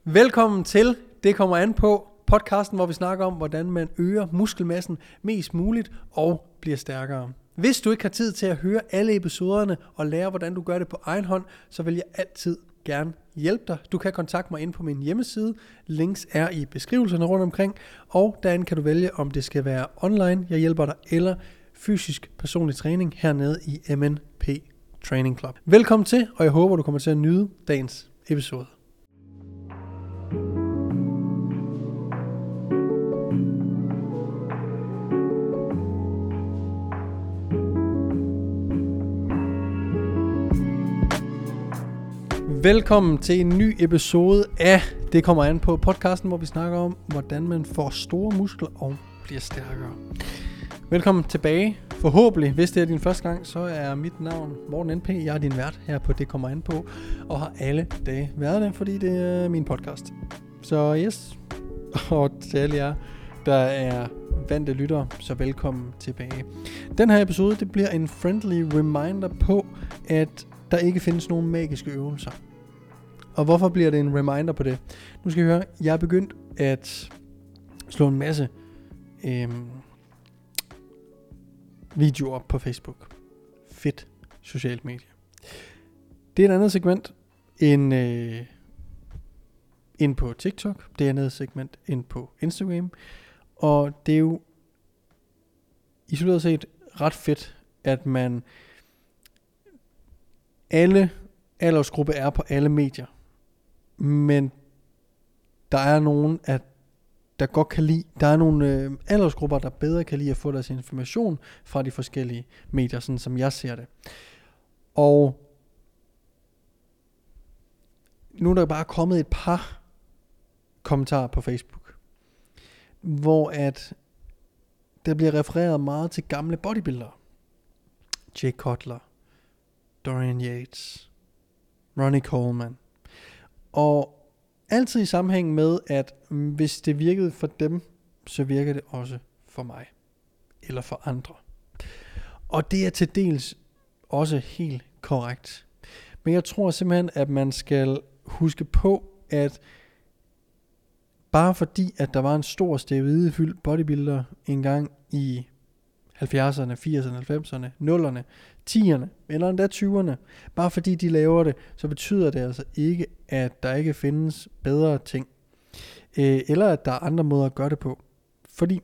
Velkommen til Det kommer an på podcasten, hvor vi snakker om, hvordan man øger muskelmassen mest muligt og bliver stærkere. Hvis du ikke har tid til at høre alle episoderne og lære, hvordan du gør det på egen hånd, så vil jeg altid gerne hjælpe dig. Du kan kontakte mig ind på min hjemmeside. Links er i beskrivelserne rundt omkring, og derinde kan du vælge, om det skal være online, jeg hjælper dig, eller fysisk personlig træning hernede i MNP Training Club. Velkommen til, og jeg håber, du kommer til at nyde dagens episode. Velkommen til en ny episode af Det kommer an på podcasten, hvor vi snakker om, hvordan man får store muskler og bliver stærkere. Velkommen tilbage. Forhåbentlig, hvis det er din første gang, så er mit navn Morten NP. Jeg er din vært her på Det kommer an på, og har alle dage været det, fordi det er min podcast. Så yes, og til alle jer, der er vante lyttere, så velkommen tilbage. Den her episode, det bliver en friendly reminder på, at der ikke findes nogen magiske øvelser. Og hvorfor bliver det en reminder på det? Nu skal I høre, jeg er begyndt at slå en masse videoer op på Facebook. Fedt socialt medie. Det er et andet segment end på TikTok. Det er et andet segment end på Instagram. Og det er jo isoleret set ret fedt, at man alle aldersgrupper er på alle medier. Men der er nogen, der godt kan lide, der er nogle aldersgrupper, der bedre kan lide at få deres information fra de forskellige medier, sådan som jeg ser det. Og nu er der bare kommet et par kommentarer på Facebook, hvor at der bliver refereret meget til gamle bodybuildere. Jay Cutler, Dorian Yates, Ronnie Coleman. Og altid i sammenhæng med, at hvis det virkede for dem, så virker det også for mig. Eller for andre. Og det er til dels også helt korrekt. Men jeg tror simpelthen, at man skal huske på, at bare fordi, at der var en stor steroidefyldt bodybuilder engang i 70'erne, 80'erne, 90'erne, 0'erne, 10'erne, eller endda 20'erne. Bare fordi de laver det, så betyder det altså ikke, at der ikke findes bedre ting. Eller at der er andre måder at gøre det på. Fordi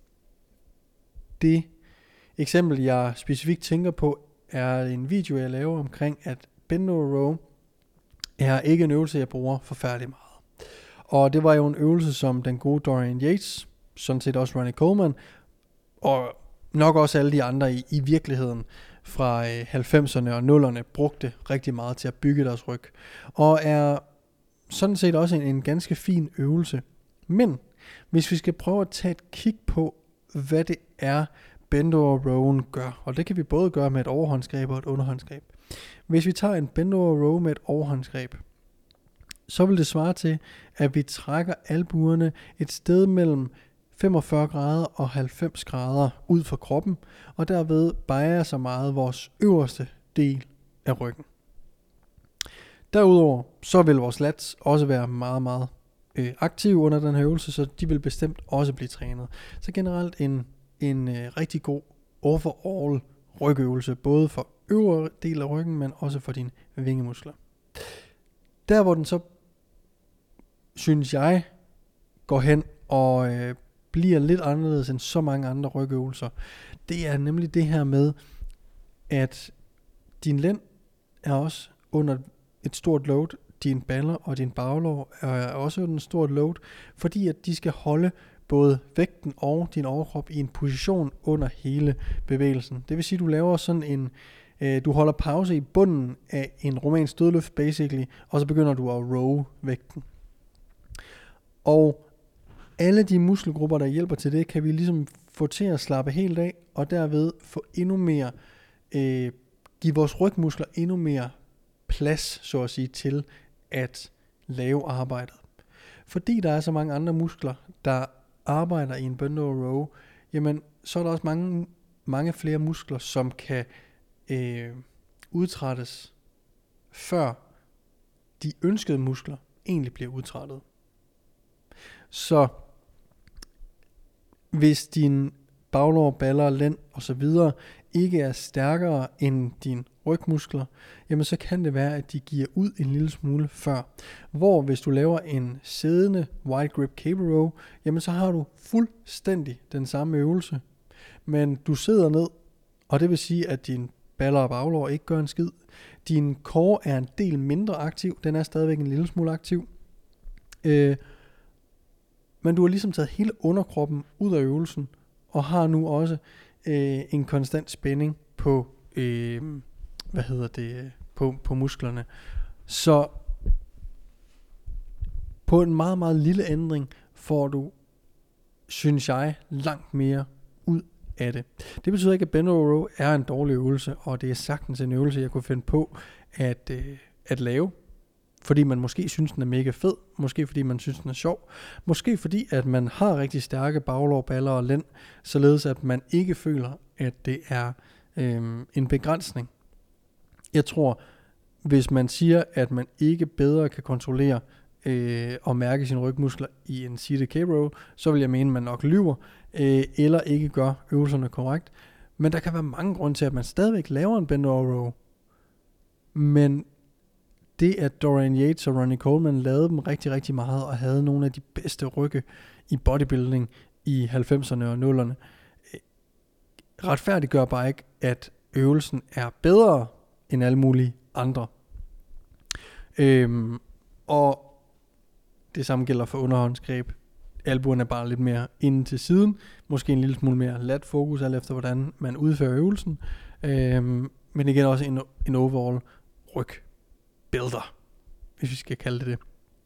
det eksempel, jeg specifikt tænker på, er en video, jeg laver omkring, at bend over row er ikke en øvelse, jeg bruger forfærdeligt meget. Og det var jo en øvelse, som den gode Dorian Yates, sådan set også Ronnie Coleman, og nok også alle de andre i virkeligheden fra 90'erne og 0'erne brugte rigtig meget til at bygge deres ryg. Og er sådan set også en ganske fin øvelse. Men hvis vi skal prøve at tage et kig på, hvad det er, bend over rowen gør, og det kan vi både gøre med et overhåndsgreb og et underhåndsgreb. Hvis vi tager en bend over row med et overhåndsgreb, så vil det svare til, at vi trækker albuerne et sted mellem 45 grader og 90 grader ud fra kroppen, og derved bøjer så meget vores øverste del af ryggen. Derudover så vil vores lats også være meget, meget aktive under den her øvelse, så de vil bestemt også blive trænet. Så generelt en rigtig god overall rygøvelse, både for øvre del af ryggen, men også for dine vingemuskler. Der hvor den så, synes jeg, går hen og bliver lidt anderledes end så mange andre rygøvelser, det er nemlig det her med, at din lænd er også under et stort load, din baller og din baglår er også under et stort load, fordi at de skal holde både vægten og din overkrop i en position under hele bevægelsen. Det vil sige, at du laver sådan du holder pause i bunden af en romansk dødløft basically, og så begynder du at row vægten. Og alle de muskelgrupper, der hjælper til det, kan vi ligesom få til at slappe helt af, og derved få endnu mere, give vores rygmuskler endnu mere plads, så at sige, til at lave arbejdet. Fordi der er så mange andre muskler, der arbejder i en bend over row, jamen, så er der også mange flere muskler, som kan udtrættes før de ønskede muskler egentlig bliver udtrættet. Så hvis din baglår, baller, lænd og så videre ikke er stærkere end dine rygmuskler, jamen så kan det være, at de giver ud en lille smule før. Hvor hvis du laver en siddende wide grip cable row, jamen så har du fuldstændig den samme øvelse, men du sidder ned, og det vil sige, at din baller og baglår ikke gør en skid. Din core er en del mindre aktiv, den er stadigvæk en lille smule aktiv. Men du har ligesom taget hele underkroppen ud af øvelsen, og har nu også en konstant spænding på, på musklerne. Så på en meget, meget lille ændring får du, synes jeg, langt mere ud af det. Det betyder ikke, at bend over row er en dårlig øvelse, og det er sagtens en øvelse, jeg kunne finde på at lave. Fordi man måske synes, den er mega fed, måske fordi man synes, den er sjov, måske fordi, at man har rigtig stærke baglår, baller og lænd, således at man ikke føler, at det er en begrænsning. Jeg tror, hvis man siger, at man ikke bedre kan kontrollere og mærke sine rygmuskler i en seated cable row, så vil jeg mene, at man nok lyver, eller ikke gør øvelserne korrekt. Men der kan være mange grunde til, at man stadigvæk laver en bend over row. Men det, at Dorian Yates og Ronnie Coleman lavede dem rigtig, rigtig meget, og havde nogle af de bedste rygge i bodybuilding i 90'erne og 0'erne, retfærdiggør bare ikke, at øvelsen er bedre end alle mulige andre. Og det samme gælder for underhåndsgreb. Albuen er bare lidt mere inden til siden, måske en lille smule mere lat fokus, alt efter hvordan man udfører øvelsen, men igen også en overall ryg builder, hvis vi skal kalde det.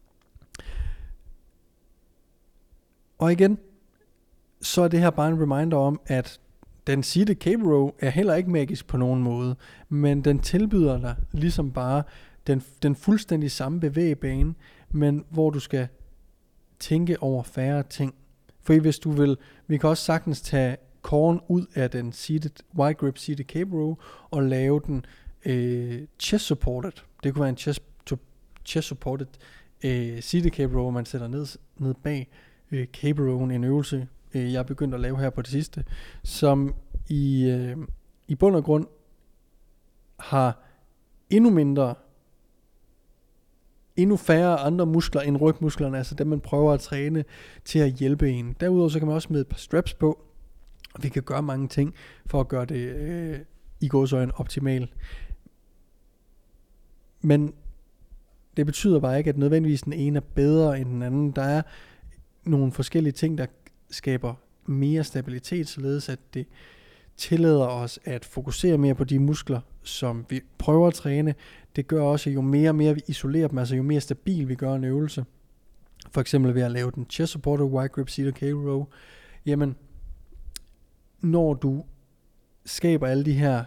Og igen, så er det her bare en reminder om, at den seated cable row er heller ikke magisk på nogen måde, men den tilbyder dig ligesom bare den fuldstændig samme bevægebane, men hvor du skal tænke over færre ting. For hvis du vil, vi kan også sagtens tage coren ud af den wide grip seated cable row og lave den chest supported. Det kunne være en chest supported seated cable row, hvor man sætter ned bag cable rowen, en øvelse jeg er begyndt at lave her på det sidste, som i bund og grund har endnu færre andre muskler end rygmusklerne, altså dem man prøver at træne til at hjælpe en. Derudover så kan man også smide et par straps på, og vi kan gøre mange ting for at gøre det i gåseøjne optimalt. Men det betyder bare ikke, at nødvendigvis den ene er bedre end den anden. Der er nogle forskellige ting, der skaber mere stabilitet, således at det tillader os at fokusere mere på de muskler, som vi prøver at træne. Det gør også, jo mere og mere vi isolerer dem, altså jo mere stabil vi gør en øvelse. For eksempel ved at lave den chest supported wide grip seated cable row. Jamen, når du skaber alle de her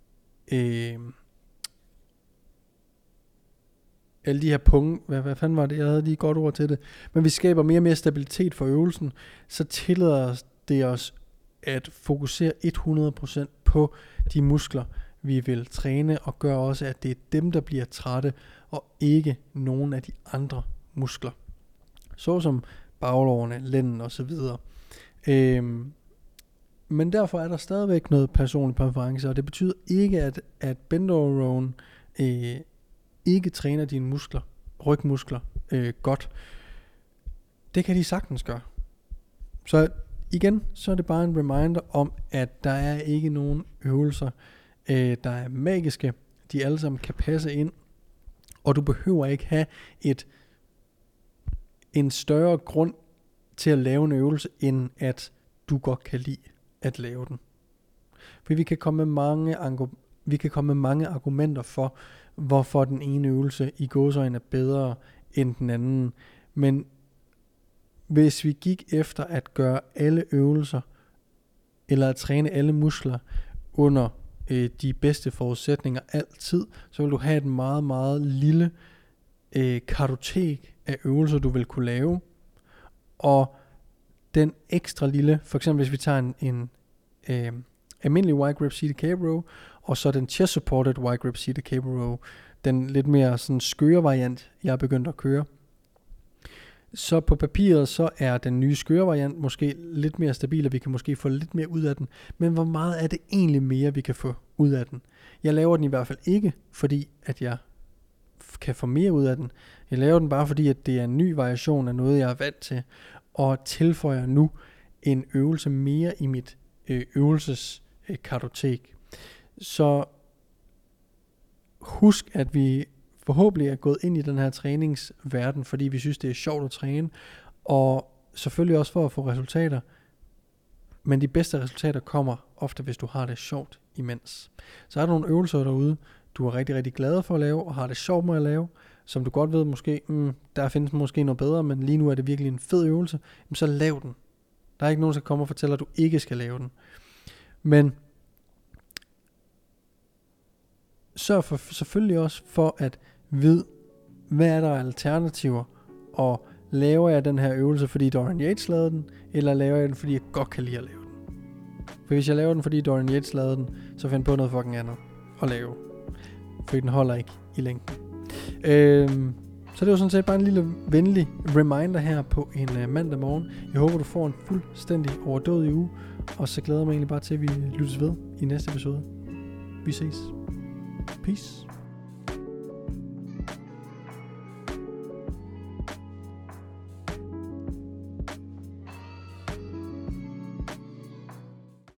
punkter, hvad fanden var det, jeg havde lige godt ord til det, men vi skaber mere og mere stabilitet for øvelsen, så tillader det os at fokusere 100% på de muskler, vi vil træne, og gør også, at det er dem, der bliver trætte, og ikke nogen af de andre muskler. Såsom baglårene, lænden og så videre. Men derfor er der stadigvæk noget personlig præference, og det betyder ikke, at bend over rowen ikke træner dine muskler, rygmuskler, godt. Det kan de sagtens gøre. Så igen, så er det bare en reminder om, at der er ikke nogen øvelser, der er magiske. De alle sammen kan passe ind, og du behøver ikke have en større grund til at lave en øvelse, end at du godt kan lide at lave den. For vi kan komme med mange argumenter for, hvorfor den ene øvelse i gåseøjne er bedre end den anden. Men hvis vi gik efter at gøre alle øvelser, eller at træne alle muskler under de bedste forudsætninger altid, så vil du have et meget, meget lille kartotek af øvelser, du vil kunne lave. Og den ekstra lille, for eksempel hvis vi tager en almindelig wide grip seated cable row, og så den chest supported wide grip seated cable row, den lidt mere sådan skøre variant, jeg er begyndt at køre, Så på papiret, så er den nye skøre variant måske lidt mere stabil, og vi kan måske få lidt mere ud af den. Men hvor meget er det egentlig mere, vi kan få ud af den? Jeg laver den i hvert fald ikke, fordi at jeg kan få mere ud af den. Jeg laver den bare fordi, at det er en ny variation af noget, jeg er vant til, og tilføjer nu en øvelse mere i mit øvelseskartotek. Så husk, at vi forhåbentlig er gået ind i den her træningsverden, fordi vi synes, det er sjovt at træne, og selvfølgelig også for at få resultater. Men de bedste resultater kommer ofte, hvis du har det sjovt imens. Så er der nogle øvelser derude, du er rigtig, rigtig glad for at lave, og har det sjovt med at lave, som du godt ved måske, der findes måske noget bedre, men lige nu er det virkelig en fed øvelse, så lav den. Der er ikke nogen, der kommer og fortæller, at du ikke skal lave den. Men sørg for, selvfølgelig også for at vide, hvad er der af alternativer, og laver jeg den her øvelse, fordi Dorian Yates lavede den, eller laver jeg den, fordi jeg godt kan lide at lave den. For hvis jeg laver den, fordi Dorian Yates lavede den, så find på noget fucking andet at lave. Fordi den holder ikke i længden. Så det var sådan set bare en lille venlig reminder her på en mandag morgen. Jeg håber, du får en fuldstændig overdådig uge, og så glæder jeg mig egentlig bare til, at vi lyttes ved i næste episode. Vi ses. Peace.